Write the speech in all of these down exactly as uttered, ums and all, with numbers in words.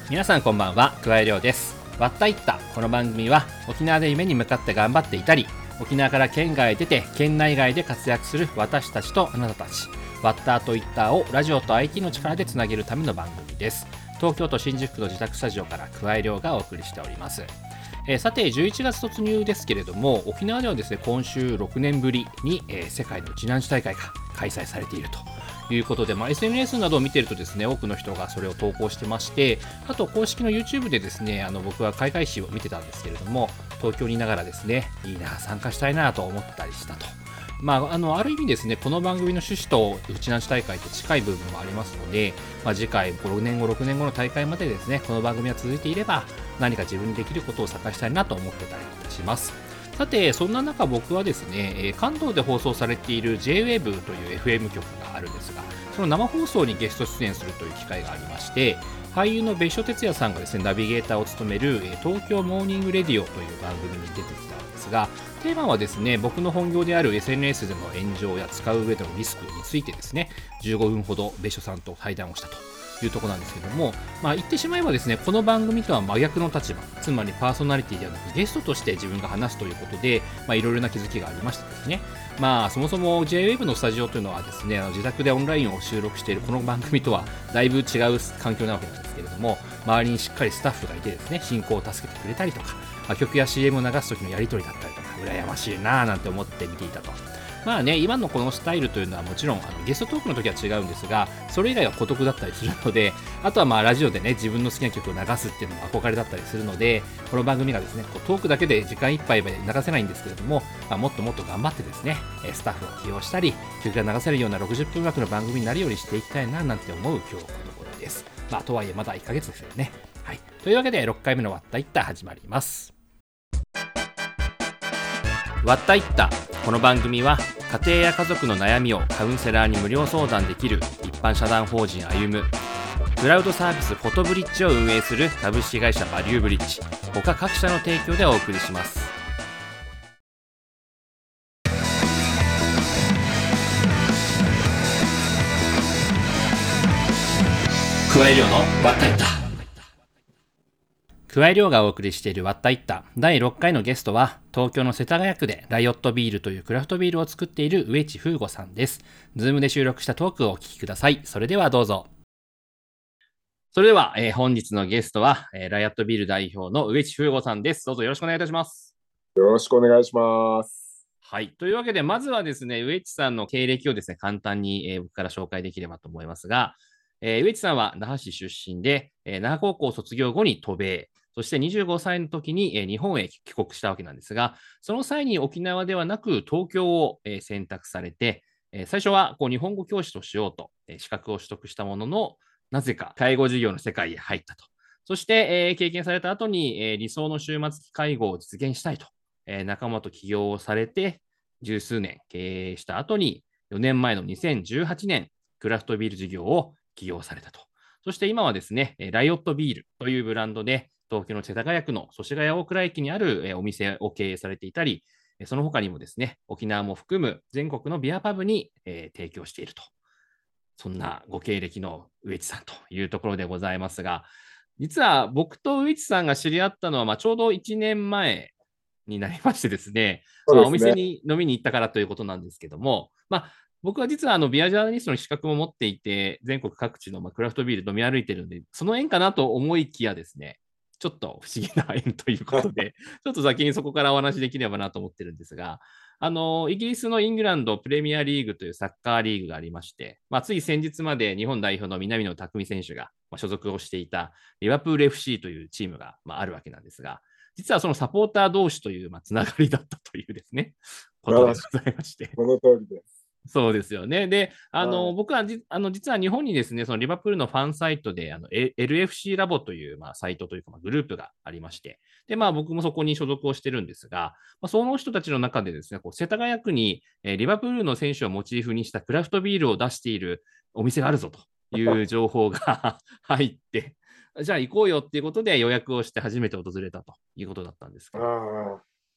皆さんこんばんは、桑井亮です。わったいった。この番組は沖縄で夢に向かって頑張っていたり、沖縄から県外へ出て県内外で活躍する私たちとあなたたち、ワッターとイッターをラジオと アイティー の力でつなげるための番組です。東京都新宿区の自宅スタジオから桑井亮がお送りしております。えー、さてじゅういちがつ突入ですけれども、沖縄ではですね、今週ろくねんぶりに、えー、世界の次男子大会が開催されているということで、まあ、エスエヌエス などを見ているとですね、多くの人がそれを投稿してまして、あと公式の YouTube でですね、あの僕は開会式を見てたんですけれども、東京にいながらですね、いいな、参加したいなと思ったりしたと。まあ、あのある意味ですね、この番組の趣旨とうちなし大会と近い部分もありますので、まあ、次回ごねんごろくねんごの大会までですね、この番組が続いていれば何か自分にできることを探したいなと思ってたりいたします。さてそんな中、僕はですね、関東で放送されている ジェイウェーブ という エフエム 局があるんですが、その生放送にゲスト出演するという機会がありまして、俳優の別所哲也さんがですね、ナビゲーターを務める東京モーニングレディオという番組に出てきたんですが、テーマはですね、僕の本業である エスエヌエス での炎上や使う上でのリスクについてですね、じゅうごふんほど別所さんと対談をしたというところなんですけども、まあ、言ってしまえばですね、この番組とは真逆の立場、つまりパーソナリティではなくゲストとして自分が話すということで、まあ、いろいろな気づきがありましたですね。まあ、そもそも ジェイウェーブ のスタジオというのはですね、あの自宅でオンラインを収録しているこの番組とはだいぶ違う環境なわけなんですけれども、周りにしっかりスタッフがいてですね、進行を助けてくれたりとか、まあ、曲や シーエム を流す時のやり取りだったりとか、羨ましいなぁなんて思って見ていたと。まあね、今のこのスタイルというのはもちろんあのゲストトークの時は違うんですが、それ以外は孤独だったりするので、あとはまあラジオでね、自分の好きな曲を流すっていうのも憧れだったりするので、この番組がですね、こうトークだけで時間いっぱいまで流せないんですけれども、まあ、もっともっと頑張ってですね、スタッフを起用したり、曲が流せるようなろくじゅっぷん枠の番組になるようにしていきたいななんて思う今日この頃です。まあとはいえまだいっかげつですよね。はい。というわけでろっかいめのわったいった始まります。わったいった。この番組は家庭や家族の悩みをカウンセラーに無料相談できる一般社団法人歩む、クラウドサービスフォトブリッジを運営する株式会社バリューブリッジ、他各社の提供でお送りします。桑井亮のわったいった。桑井亮がお送りしているわったいっただいろっかいのゲストは、東京の世田谷区でライオットビールというクラフトビールを作っている上地風吾さんです。ズームで収録したトークをお聞きください。それではどうぞ。それでは、えー、本日のゲストは、えー、ライオットビール代表の上地風吾さんです。どうぞよろしくお願いいたします。 よろしくお願いします。 はい。というわけで、まずはですね、上地さんの経歴をですね、簡単に、えー、僕から紹介できればと思いますが、えー、上地さんは那覇市出身で、えー、那覇高校卒業後に渡米、そしてにじゅうごさいの時に、えー、日本へ帰国したわけなんですが、その際に沖縄ではなく東京を、えー、選択されて、えー、最初はこう日本語教師としようと、えー、資格を取得したものの、なぜか介護事業の世界へ入ったと。そして、えー、経験された後に、えー、理想の終末期介護を実現したいと、えー、仲間と起業をされて、十数年経営した後に、よねんまえのにせんじゅうはちねん、クラフトビール事業を起業されたと。そして今はですね、ライオットビールというブランドで、東京の世田谷区の祖師ヶ谷大倉駅にあるお店を経営されていたり、その他にもですね、沖縄も含む全国のビアパブに、えー、提供していると。そんなご経歴の上地さんというところでございますが、実は僕と上地さんが知り合ったのは、まあ、ちょうどいちねんまえになりましてですね、まあ、お店に飲みに行ったからということなんですけども、まあ、僕は実はあのビアジャーナリストの資格も持っていて、全国各地のまあクラフトビール飲み歩いてるので、その縁かなと思いきやですね、ちょっと不思議な縁ということで、ちょっと先にそこからお話しできればなと思ってるんですが、あの、イギリスのイングランドプレミアリーグというサッカーリーグがありまして、まあ、つい先日まで日本代表の南野拓実選手が所属をしていたリバプール エフシー というチームがまああるわけなんですが、実はそのサポーター同士というまあつながりだったというですね、ことでございまして。 この通りです。 そうですよね。で、あの、はい、僕はじあの実は日本にですね、そのリバプールのファンサイトで、あの エルエフシー ラボという、まあ、サイトというか、まあ、グループがありまして、で、まあ僕もそこに所属をしてるんですが、まあ、その人たちの中でですね、こう世田谷区に、えー、リバプールの選手をモチーフにしたクラフトビールを出しているお店があるぞという情報が入って、じゃあ行こうよっていうことで予約をして初めて訪れたということだったんですけど。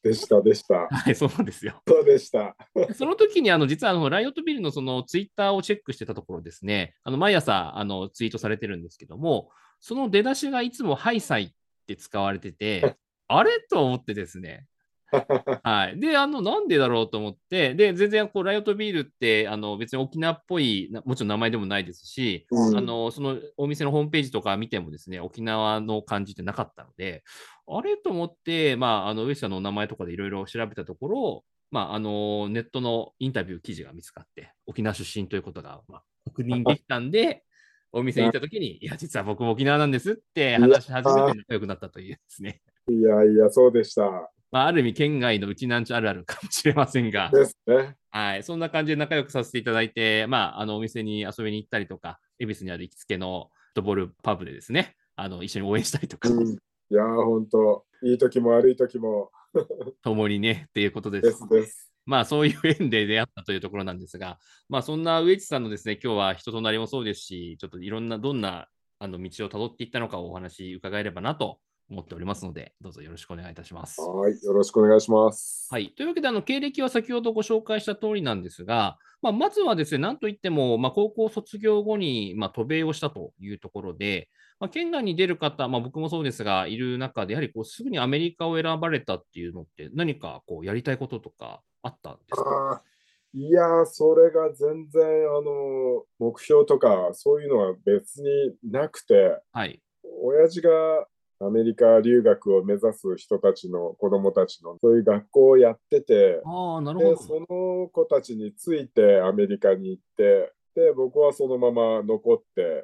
でした、でした。 はい、そうなんですよ。 そうでした。 その時にあの実はあのライオットビルのそのツイッターをチェックしてたところですね、あの毎朝あのツイートされてるんですけども、その出だしがいつもハイサイって使われてて、あれと思ってですね、はい。で、あの、なんでだろうと思って、で、全然、こう、ライオットビールって、あの、別に沖縄っぽい、なもちろん名前でもないですし、 うん、 あの、そのお店のホームページとか見てもですね、沖縄の感じってなかったので、あれと思って、まあ、あの、上下のお名前とかでいろいろ調べたところ、まあ、あの、ネットのインタビュー記事が見つかって、沖縄出身ということが、まあ、確認できたんで、お店に行った時に、いや、実は僕も沖縄なんですっていや話し始めて仲良くなったというですね。 いやいや、そうでした。 まあ、ある意味、県外のうちなんちゅあるあるかもしれませんが、 ですね。 はい、そんな感じで仲良くさせていただいて、まあ、あのお店に遊びに行ったりとか、恵比寿にある行きつけのフットボールパブでですね、あの一緒に応援したりとか、 うん。いやー、本当、いい時も悪い時も共にね、っていうことでです。 すです。 まあ、そういう縁で出会ったというところなんですが、まあ、そんな上地さんのですね、今日は人となりもそうですし、ちょっといろんな、どんなあの道をたどっていったのかをお話伺えればなと思っておりますので、どうぞよろしくお願いいたします。 はい、よろしくお願いします。 はい。というわけで、あの、経歴は先ほどご紹介した通りなんですが、まあ、まずはですね、なんといっても、まあ、高校卒業後に、まあ、渡米をしたというところで、まあ、県外に出る方、まあ、僕もそうですが、いる中で、やはりこうすぐにアメリカを選ばれたっていうのって、何かこうやりたいこととかあったんですか？ ああ、いやー、それが全然、あの、目標とか、そういうのは別になくて、 はい。 親父がアメリカ留学を目指す人たちの子供たちのそういう学校をやってて、 ああ、なるほで、 ど。 その子たちについてアメリカに行って、で、僕はそのまま残って、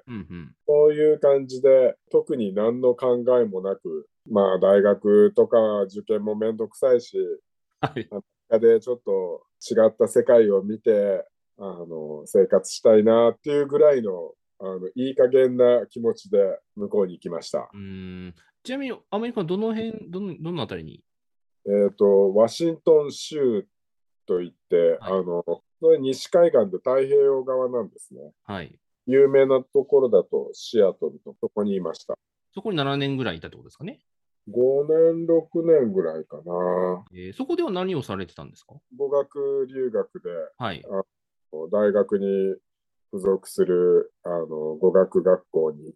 うんうん。 こういう感じで、特に何の考えもなく、まあ大学とか受験もめんどくさいし、 はい。 アメリカでちょっと違った世界を見て、あの、生活したいなっていうぐらいの、あの、いい加減な気持ちで向こうに行きました。 うーん。ちなみに、アメリカのどの辺、どの、どのあたりに？ えっと、ワシントン州といって、 はい。 あの、それ西海岸で太平洋側なんですね。 はい。 有名なところだとシアトルと、そこにいました。 そこにななねんぐらいいたってことですかね。 ごねん、ろくねんぐらいかな。 えーそこでは何をされてたんですか？ 語学留学で、 はい。 あの大学に付属するあの語学学校に行って、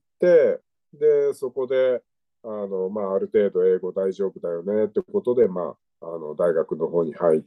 で、そこで、あの、まあ、ある程度英語大丈夫だよねってことで、まあ、あの、大学の方に入って、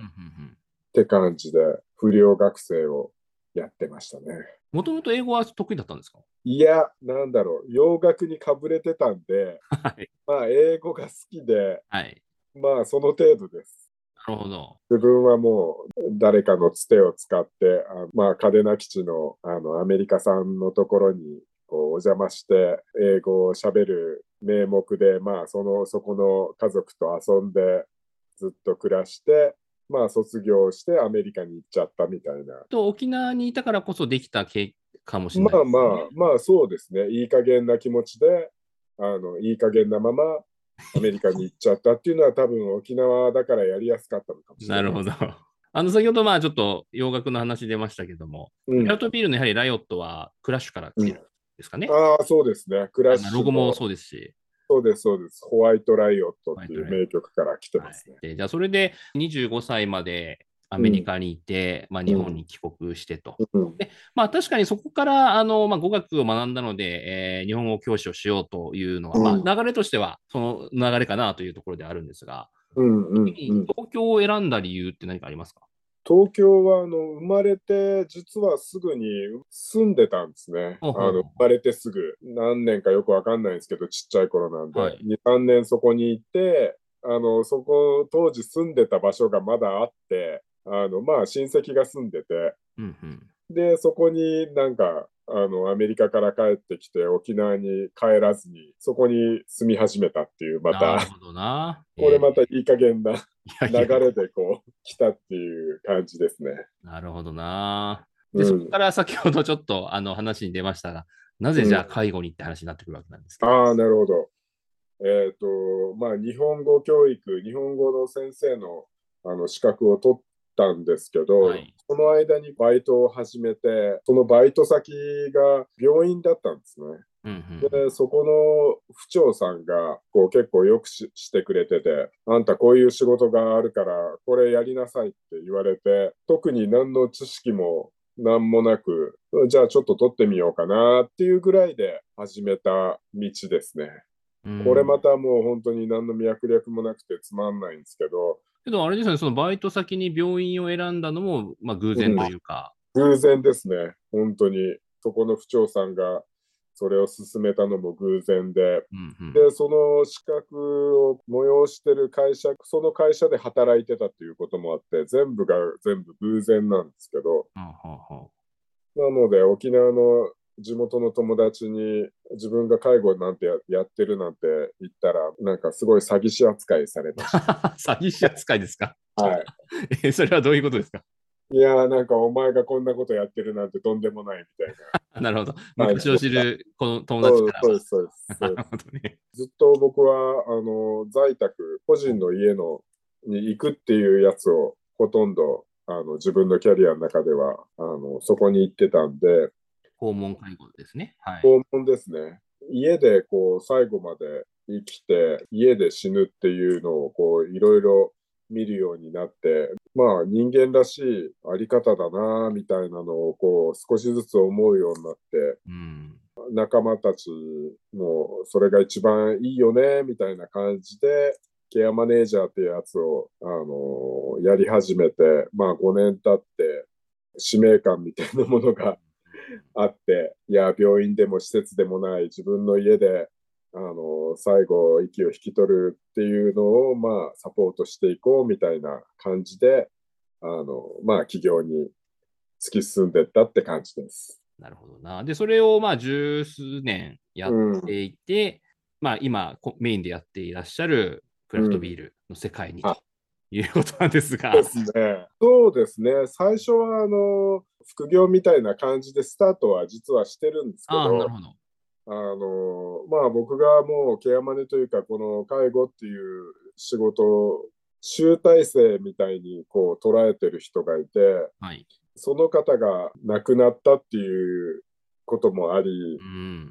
うんうんうん。 って感じで、不良学生をやってましたね。 もともと英語は得意だったんですか？ いや、なんだろう、洋楽にかぶれてたんで、 はい。 まあ、英語が好きで、 はい。 まあ、その程度です。 なるほど。 自分はもう誰かのつてを使って、あまあ、嘉手納基地のあのアメリカさんのところにこうお邪魔して、英語をしゃべる名目で、まあ、そのそこの家族と遊んでずっと暮らして、まあ、卒業してアメリカに行っちゃったみたいな。 と、沖縄にいたからこそできた経かもしれないまあまあ、 ですね。 まあそうですね。いい加減な気持ちで、あの、いい加減なままアメリカに行っちゃったっていうのは多分沖縄だからやりやすかったのかもしれないです。 なるほど。あの、先ほど、まあ、ちょっと洋楽の話出ましたけども、 うん。 ライオットビールのやはりライオットはクラッシュから来うん。 てるんですかね。 ああ、そうですね。クラッはい、まあ、ロゴもシュの、 そうですし、 そうです、そうです。ホワイトライオットっていうホワイトライオッ名曲から来てト。はい。 ますね。 で、じゃあ、それでにじゅうごさいまでアうん、 メリカにいて、まあ、日うん、 本に帰国してと。 うん、 で、まあ、確かにそこから、あの、まあ、語学を学んだので、えー日本語教師をしようというのは、まうん、 あ、流れとしては、その流れかなというところであるんですが、 うん、うん。うん。 東京を選んだ理由って何かありますか？ 東京はあの生まれて、実はすぐに住んでたんですね。 ほうほうほあの生まれてすぐ、何年かよくわかんないんですけど、ちっちゃい頃なんう。はで、 い。 に、さんねんそこにいて、あのそこ、当時住んでた場所がまだあって、あのまあ親戚が住んでて、 うんうん。 で、そこになんか、あの、アメリカから帰ってきて、沖縄に帰らずに、そこに住み始めたっていう、また、 なるほどな。 これえーまたいい加減ないやいや、 流れでこう、来たっていう感じですね。 なるほどな。で、そこうん。 から先ほどちょっとあの話に出ましたが、なぜうん。 じゃあ介護にって話になってくるわけなんですけど。 ああ、なるほど。えっと、まあ、日本語教育、日本語の先生の、あの資格を取ったんですけど、 はい。 その間にバイトを始めて、そのバイト先が病院だったんですね。 うんうんで、そこの府長さんがこう結構よくし、してくれてて、あんたこういう仕事があるから、これやりなさいって言われて、特に何の知識も何もなく、じゃあちょっと取ってみようかなっていうぐらいで始めた道ですね。 うん。 これまたもう本当に何の脈略もなくてつまんないんですけど、 けど、あれですよね、そのバイト先に病院を選んだのも、まあ、偶然とうん、 いうか。 偶然ですね。本当に。そこの府長さんがそれを進めたのも偶然で、 うんうん。 で、その資格を催してる会社、その会社で働いてたっていうこともあって、全部が全部偶然なんですけど、 はあはあはなので沖縄の地元の友達に自分が介護なんてややってるなんて言ったら、なんかすごい詐欺師扱いされましあ詐欺師扱いですか？ た。はい。 え、それはどういうことですか？ いやーなんかお前がこんなことやってるなんてとんでもないみたいあなるほど。 な感じで。 昔を知るこの友達そうからは。 そうです、そうです。 なそうです。 るほどね。 ずっと僕は、あの、在宅、個人の家のに行くっていうやつをほとんど、あの、自分のキャリアの中では、あの、そこに行ってたんで、 訪問介護ですね。はい。 訪問ですね。家でこう、最後まで生きて、家で死ぬっていうのを、こう、いろいろ見るようになって、まあ、人間らしいあり方だな、みたいなのを、こう、少しずつ思うようになって、 うん。 仲間たちもそれが一番いいよねみたいな感じでケアマネージャーっていうやつを、あのやり始めて、まあ、ごねん経って使命感みたいなものがあって、いや病院でも施設でもない自分の家で、あの最後息を引き取るっていうのを、まあ、サポートしていこうみたいな感じで、あのまあ、企業に突き進んでいったって感じです。 なるほどな。で、それをまあ十数年やっうん、 ていて、まあ今メインでやっていらっしゃるクラフトビールの世界にということなんですが。 ですね。そうですね。最初は、あの、副業みたいな感じでスタートは実はしてるんですけああ、なるど、 ほど。 あの、まあ僕がもうケアマネというか、この介護っていう仕事を集大成みたいにこう捉えてる人がいて、 はい。 その方が亡くなったっていうこともあり、 うん。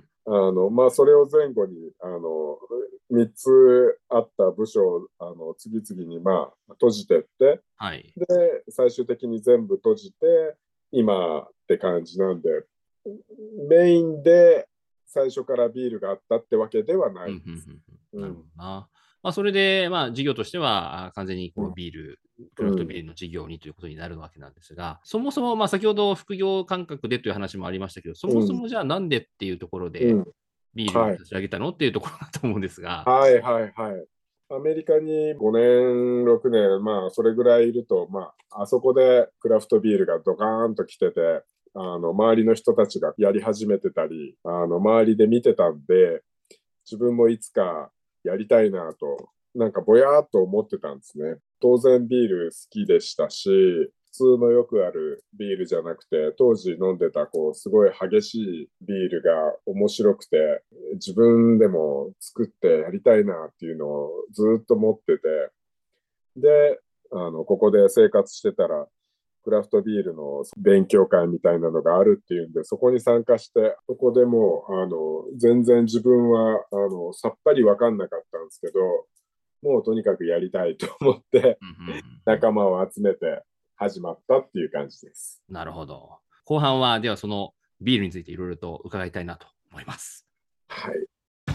あの、まあ、それを前後に、あの、みっつあった部署を、あの、次々に、まあ、閉じてって、 はい。 で、最終的に全部閉じて、今って感じなんで、メインで最初からビールがあったってわけではなうん、うん、 いです。 うん。なるほうん。 どな。まあ、それで、まあ、事業としては、あ完全にこううん。 ビール、クラフトビーうん。 ルの事業にということになるわけなんですが、そもそも、まあ、先ほど副業感覚でという話もありましたけど、そもそうん。 もじゃあなんでっていうところでうん。 ビールをはい。 立ち上げたのっていうところだと思うんですが。 はいはいはい。アメリカにごねん、ろくねん、まあ、それぐらいいると、まあ、あそこでクラフトビールがドカーンと来てて、あの、周りの人たちがやり始めてたり、あの、周りで見てたんで、自分もいつかやりたいなと、なんかぼやーっと思ってたんですね。当然ビール好きでしたし、普通のよくあるビールじゃなくて、当時飲んでたこうすごい激しいビールが面白くて、自分でも作ってやりたいなっていうのをずっと持ってて、で、あの、ここで生活してたら、クラフトビールの勉強会みたいなのがあるっていうんで、そこに参加して、そこでもう、あの、全然自分は、あの、さっぱりわかんなかったんですけど、もうとにかくやりたいと思って、 うんうんうんうん。 仲間を集めて始まったっていう感じです。 なるほど。後半は、ではそのビールについていろいろと伺いたいなと思います。 はい。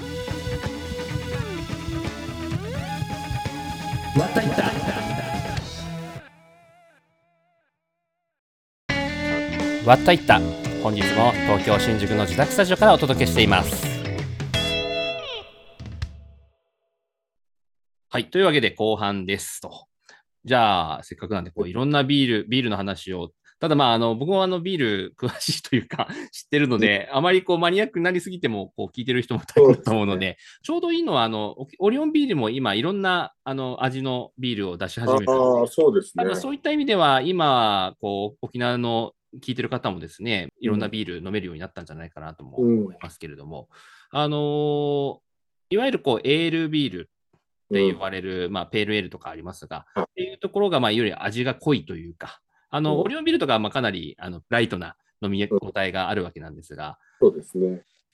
わったいったわったいった本日も東京新宿の自宅スタジオからお届けしています。はい、というわけで後半ですと。じゃあせっかくなんでこういろんなビールビールの話を、ただまああの僕もあのビール詳しいというか知ってるので、あまりこうマニアックになりすぎてもこう聞いてる人も大変だとそうですね。 思うので、ちょうどいいのはあのオリオンビールも今いろんなあの味のビールを出し始めたのああ、 で、 そうですね。 多分そういった意味では今こう沖縄の聞いてる方もですね、いろんなうん。 ビール飲めるようになったんじゃないかなとうん。 も思いますけれども、あのーいわゆるこうエールビールって呼うん。 ばれる、まあ、ペールエールとかありますが、 あ、 っていうところが、まあ、より味が濃いというか、あの、オうん。 リオンビールとかは、まあ、かなり、あの、ライトな飲みうん。 応えがあるわけなんですが、 そうですね。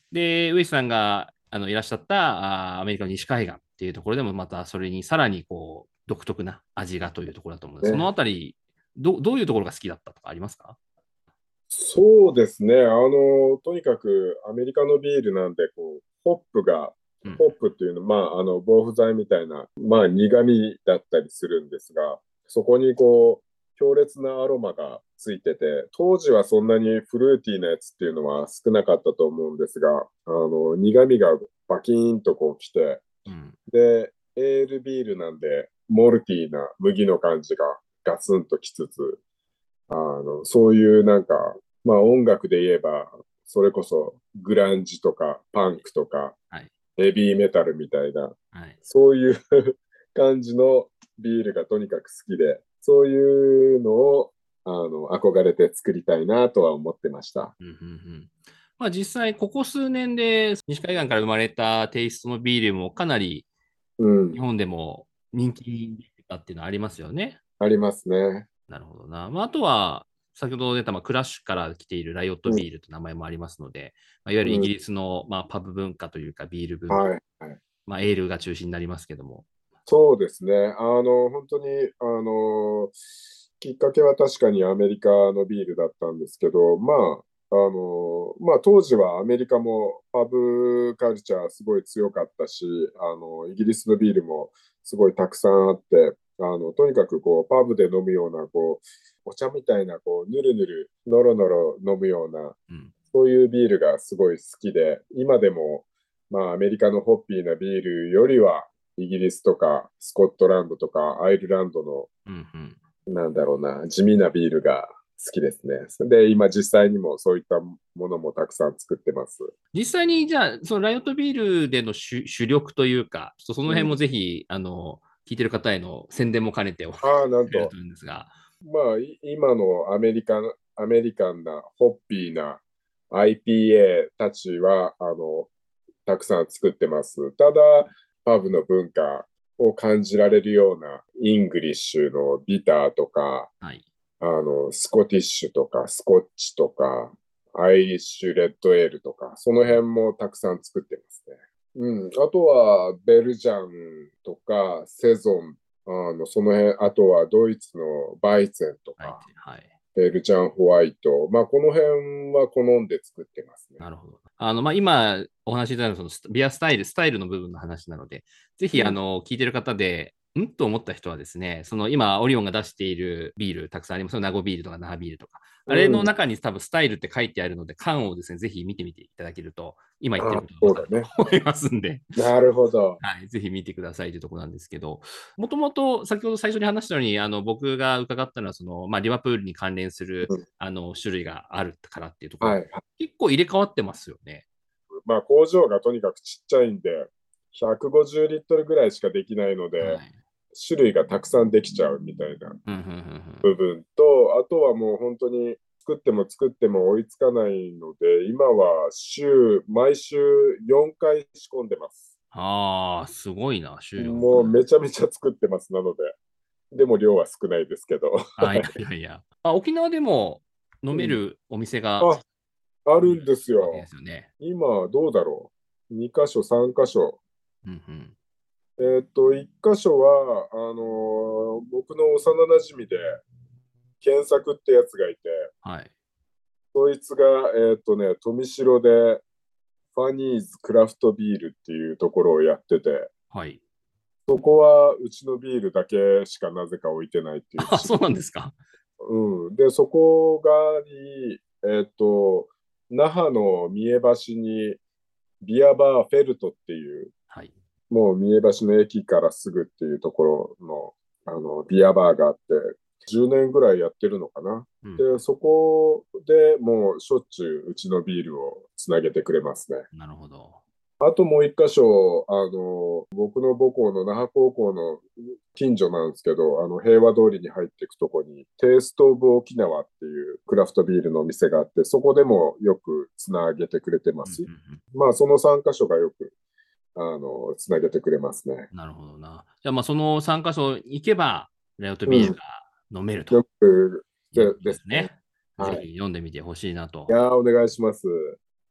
で、ウイスさんがあのいらっしゃったあアメリカの西海岸っていうところでもまたそれにさらにこう独特な味がというところだと思うので、そのあね。 たりど、どういうところが好きだったとかありますか？ そうですね。あの、とにかくアメリカのビールなんで、こう、ホップが、 うん。 ホップっていうのは、まあ、あの、防腐剤みたいな、まあ、苦味だったりするんですが、そこにこう、強烈なアロマがついてて、当時はそんなにフルーティーなやつっていうのは少なかったと思うんですが、あの、苦味がバキーンとこう来て、 うん。 で、エールビールなんで、モルティーな麦の感じがガツンときつつ、あの、そういうなんか、まあ音楽で言えば、それこそグランジとかパンクとかはい。 ヘビーメタルみたいな、 はい。 そういう感じのビールがとにかく好きで、そういうのをあの憧れて作りたいなとは思ってました。 うんうんうん。まあ実際、ここ数年で西海岸から生まれたテイストのビールもかなりうん、 日本でも人気に出たっていうのはありますよね。 ありますね。 なるほどな。まあ、あとは、先ほど出た、まあ、クラッシュから来ているライオットうん、 ビールという名前もありますので、まあ、いわゆるうん、 イギリスの、まあ、パブ文化というか、ビール文化、 はい、はい。 まあ、エールが中心になりますけども。 そうですね。あの、本当に、あの、きっかけは確かにアメリカのビールだったんですけど、まあ、あの、まあ、当時はアメリカもパブカルチャーすごい強かったし、あの、イギリスのビールもすごいたくさんあって、あの、とにかくこう、パブで飲むような、こう、お茶みたいな、こう、ぬるぬる、のろのろ飲むような、 うん。 そういうビールがすごい好きで、今でも、まあ、アメリカのホッピーなビールよりは、イギリスとかスコットランドとかアイルランドの、 うんうん。 なんだろうな、地味なビールが好きですね。で、今実際にもそういったものもたくさん作ってます。 実際に、じゃあ、そのライオットビールでの主主力というか、ちょっとその辺もうん。 ぜひ、あの、聞いてる方への宣伝も兼ねてお話しああ、なんと、 くれると思うんですが。 まあ、い今のアメリカン、アメリカンなホッピーな アイピーエー たちは、あの、たくさん作ってます。ただ、パブの文化を感じられるようなイングリッシュのビターとか、 はい。 あの、スコティッシュとか、スコッチとか、アイリッシュレッドエールとか、その辺もたくさん作ってますね。うん。あとは、ベルジャンとか、セゾン、あの、その辺、あとはドイツのバイゼンとはい。 か、 はい。 ベルジャンホワイト、まあ、この辺は好んで作ってますね。 なるほど。あの、まあ、今お話しいただいたそのスビアスタイル、スタイルの部分の話なので、ぜひ、あうん。 の、聞いてる方で、んと思った人はですね、その今、オリオンが出しているビール、たくさんありますよ。ナゴビールとかナハビールとか。あれのうん。 中に多分スタイルって書いてあるので、缶をですね、ぜひ見てみていただけると、今言ってるあ、 ことがわかるとそうだね。 思いますんで、 なるほど。 はい、ぜひ見てくださいというところなんですけど、もともと先ほど最初に話したように、あの僕が伺ったのはその、まあ、リバプールに関連するうん。 あの種類があるからっていうところ、 はい。 結構入れ替わってますよね。 まあ、工場がとにかくちっちゃいんで、ひゃくごじゅうリットルぐらいしかできないので、 はい。 種類がたくさんできちゃうみたいなうんうんうん部分と、あとはもう本当に作っても作っても追いつかないので、今は週、毎週よんかい仕込んでます。 ああ、すごいな、週よんかい。 もうめちゃめちゃ作ってます。なので、でも量は少ないですけど。 あ、いやいやいや。あ、沖縄でも飲めうん、 るお店があ、ああるるんですわけでよ。 すよね。 今、どうだろう。に箇所、さん箇所。 うんうん。 えーっと、いっ箇所は、あのー僕の幼馴染で、検索ってやつがいて、 はい。 そいつが、えーっとね、富城で、ファニーズクラフトビールっていうところをやってて、 はい。 そこはうちのビールだけしかなぜか置いてないっていう不あ、そう思議。 なんですか。 うん。で、そこがあり、えっと、那覇の三重橋にビアバーフェルトっていう、 はい。 もう三重橋の駅からすぐっていうところの、あの、ビアバーがあって、じゅうねんぐらいやってるのかな。 うん。 で、そこでもうしょっちゅううちのビールをつなげてくれますね。 なるほど。 あともう一箇所、あの、僕の母校の那覇高校の近所なんですけど、あの、平和通りに入っていくとこに、テイストオブ沖縄っていうクラフトビールのお店があって、そこでもよくつなげてくれてまうんす。 うんうん。 まあ、そのさん箇所がよく、あの、つなげてくれますね。 なるほどな。じゃあ、まあ、そのさん箇所行けば、レオトビールうん。 が飲めるとよくでいうことですね。 ですね。ぜはい。 ひ読んでみてほしいなと。 いやー、お願いします。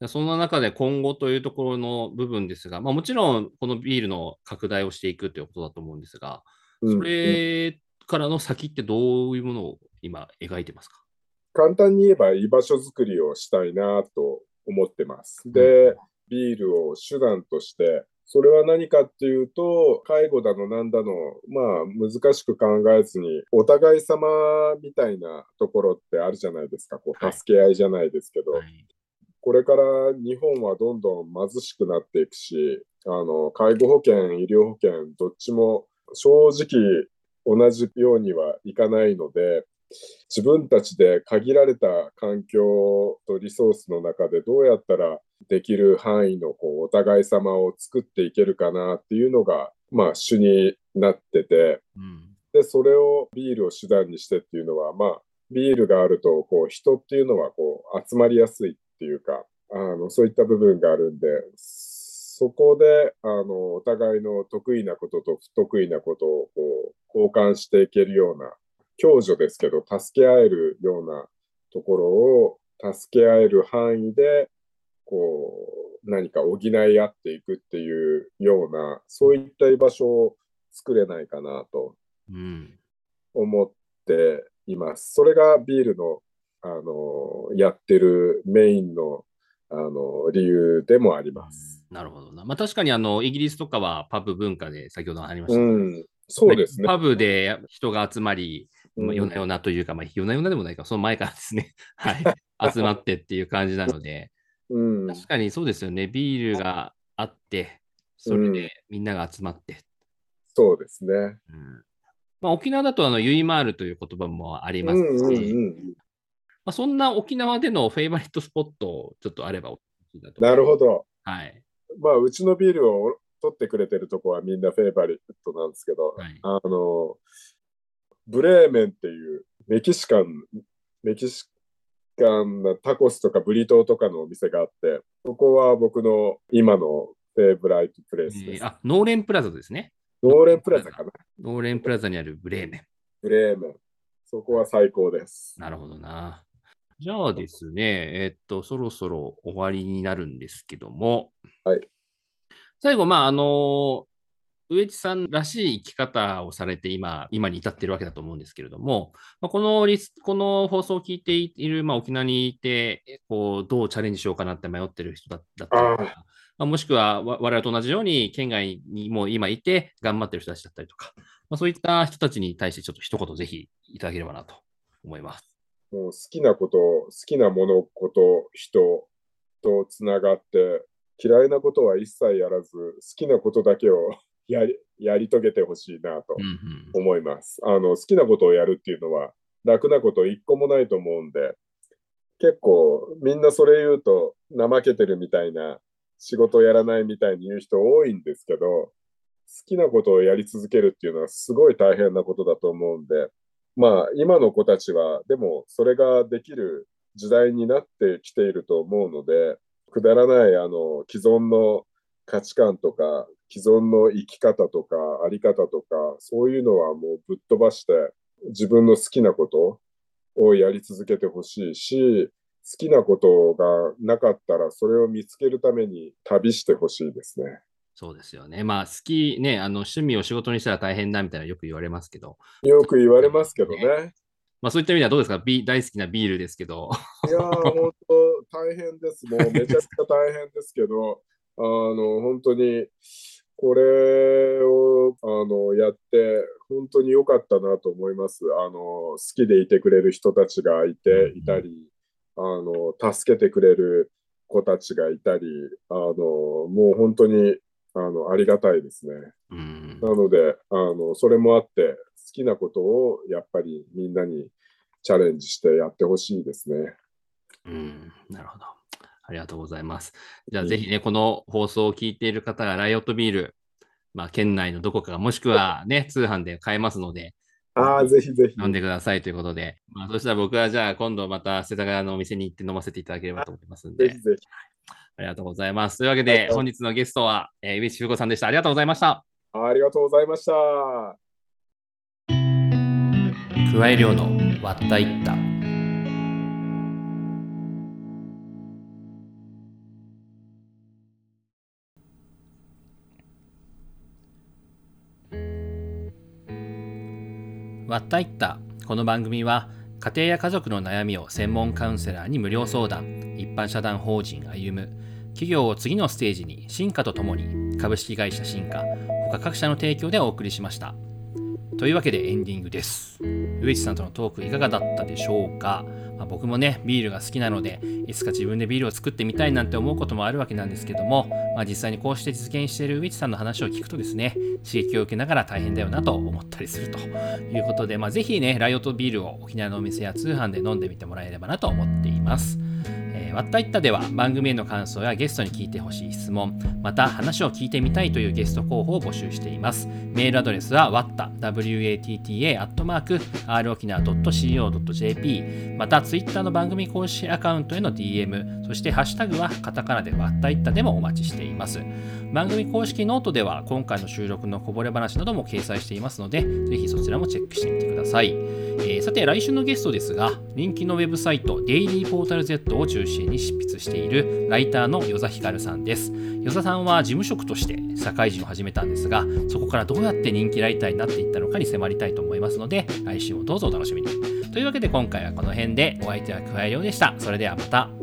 そんな中で今後というところの部分ですが、まあ、もちろんこのビールの拡大をしていくということだと思うんですが、そうん、うん。 れからの先ってどういうものを今描いてますか？ 簡単に言えば居場所づくりをしたいなと思ってます。 うん。 で、ビールを手段として、それは何かっていうと、介護だのなんだの、まあ難しく考えずに、お互い様みたいなところってあるじゃないですか。こはい。 う助け合いじゃないですけど、 はい。 これから日本はどんどん貧しくなっていくし、あの、介護保険、医療保険、どっちも正直同じようにはいかないので、自分たちで限られた環境とリソースの中でどうやったらできる範囲のこうお互い様を作っていけるかなっていうのが、まあ主になってて、 うん。 で、それをビールを手段にしてっていうのは、まあ、ビールがあると、こう、人っていうのは、こう、集まりやすいっていうか、あの、そういった部分があるんで、そこで、あの、お互いの得意なことと不得意なことを、こう、交換していけるような、共助ですけど、助け合えるようなところを、助け合える範囲で、こう、何か補い合っていくっていうような、そういった居場所を作れないかなとうん。 思っています。それがビールの、あの、やってるメインの、あの、理由でもありうん。 ます。 なるほどな。まあ確かにあの、イギリスとかはパブ文化で先ほどありましうた。 ん、そうですね。 パブで人が集まり、まあ、夜なうん、 夜なというか、まあ、夜な夜なでもないか、その前からですね、はい、集まってっていう感じなので、 うん、 確かにそうですよね、ビールがあって、それうん、 でみんなが集まって、 そうですね。 うん、まあ、沖縄だとあのユイマールという言葉もありますうん、うん、 し、 うん。 まあ、そんな沖縄でのフェイバリットスポット、ちょっとあればお聞きだと思なう。 るほど。 はい。 まあ、うちのビールを取ってくれてるとこはみんなフェイバリットなんですけど、 はい。 あの、ブレーメンっていうメキシカン、メキシカンなタコスとかブリトーとかのお店があって、そこは僕の今のフェイブライトプレイスです。 えーあ、ノーレンプラザですね。ノーノーレンレンプラザ。 プラザかな。 ノーレンプラザにあるブレーメン。 ブレーメン。そこは最高です。 なるほどな。じゃあですね、えっと、そろそろ終わりになるんですけども、 はい。 最後、まあ、あの、植地さんらしい生き方をされて今、今に至っているわけだと思うんですけれども、まあ、このリス、この放送を聞いている、まあ、沖縄にいて、こう、どうチャレンジしようかなって迷ってる人だ、だったりとああ、 か、まあ、もしくはわ我々と同じように県外にも今いて頑張ってる人たちだったりとか、まあ、そういった人たちに対してちょっと一言ぜひいただければなと思います。 もう好きなこと、好きなもの、こと、人とつながって、嫌いなことは一切やらず、好きなことだけをやりやり遂げてほしいなうんうとん。 思います。あの、好きなことをやるっていうのは楽なこと一個もないと思うんで、結構みんなそれ言うと怠けてるみたいな、仕事をやらないみたいに言う人多いんですけど、好きなことをやり続けるっていうのはすごい大変なことだと思うんで、まあ今の子たちはでもそれができる時代になってきていると思うので、くだらないあの既存の価値観とか既存の生き方とかあり方とかそういうのはもうぶっ飛ばして自分の好きなことをやり続けてほしいし、好きなことがなかったらそれを見つけるために旅してほしいですね。 そうですよね。まあ、好きね、あの、趣味を仕事にしたら大変だみたいなよく言われますけど、 よく言われますけどね。 ね。 まあ、そういった意味ではどうですか？ビ大好きなビールですけど。 いやー、本当大変です。もうめちゃくちゃ大変ですけど、あの、本当に、これを、あの、やって、本当に良かったなと思います。あの、好きでいてくれる人たちがいうんうて、いたん。 り、あの、助けてくれる子たちがいたり、あの、もう本当に、あの、ありがたいですね。 うん。 なので、あの、それもあって、好きなことをやっぱりみんなにチャレンジしてやってほしいですね。 うん。なるほど。ありがとうございます。じゃあ、 いいぜひね、この放送を聞いている方がライオットビール、まあ、県内のどこか、もしくはね、通販で買えますので、ぜああ、 ひぜひぜひ。 飲んでくださいということで、まあ、そしたら僕はじゃあ、今度また世田谷のお店に行って飲ませていただければと思いますんで、 ぜひぜひ。 ありがとうございます。というわけで、本日のゲストは、えー、上地風子さんでした。ありがとうございました。 ありがとうございました。 加え量の割ったいった。 わったいったこの番組は家庭や家族の悩みを専門カウンセラーに無料相談、一般社団法人歩む、企業を次のステージに進化とともに株式会社進化、他各社の提供でお送りしました。というわけでエンディングです。上地さんとのトークいかがだったでしょうか。まあ、僕もねビールが好きなのでいつか自分でビールを作ってみたいなんて思うこともあるわけなんですけども、まあ、実際にこうして実現している上地さんの話を聞くとですね、刺激を受けながら大変だよなと思ったりするということで、まあ、ぜひねライオットビールを沖縄のお店や通販で飲んでみてもらえればなと思っています。えー、わったいったでは番組への感想やゲストに聞いてほしい質問、また話を聞いてみたいというゲスト候補を募集しています。メールアドレスは ワッタ ワッタ アットマーク アール 沖縄 ドット シーオー ドット ジェーピー、 またツイッターの番組公式アカウントへの ディーエム、 そしてハッシュタグはカタカナでわったいったでもお待ちしています。番組公式ノートでは今回の収録のこぼれ話なども掲載していますので、ぜひそちらもチェックしてみてください。えー、さて来週のゲストですが、人気のウェブサイトデイリーポータル Z を中心に執筆しているライターの与座ひかるさんです。与座さんは事務職として社会人を始めたんですが、そこからどうやって人気ライターになっていったのかに迫りたいと思いますので、来週もどうぞお楽しみに。というわけで今回はこの辺で、お相手は桑井亮でした。それではまた。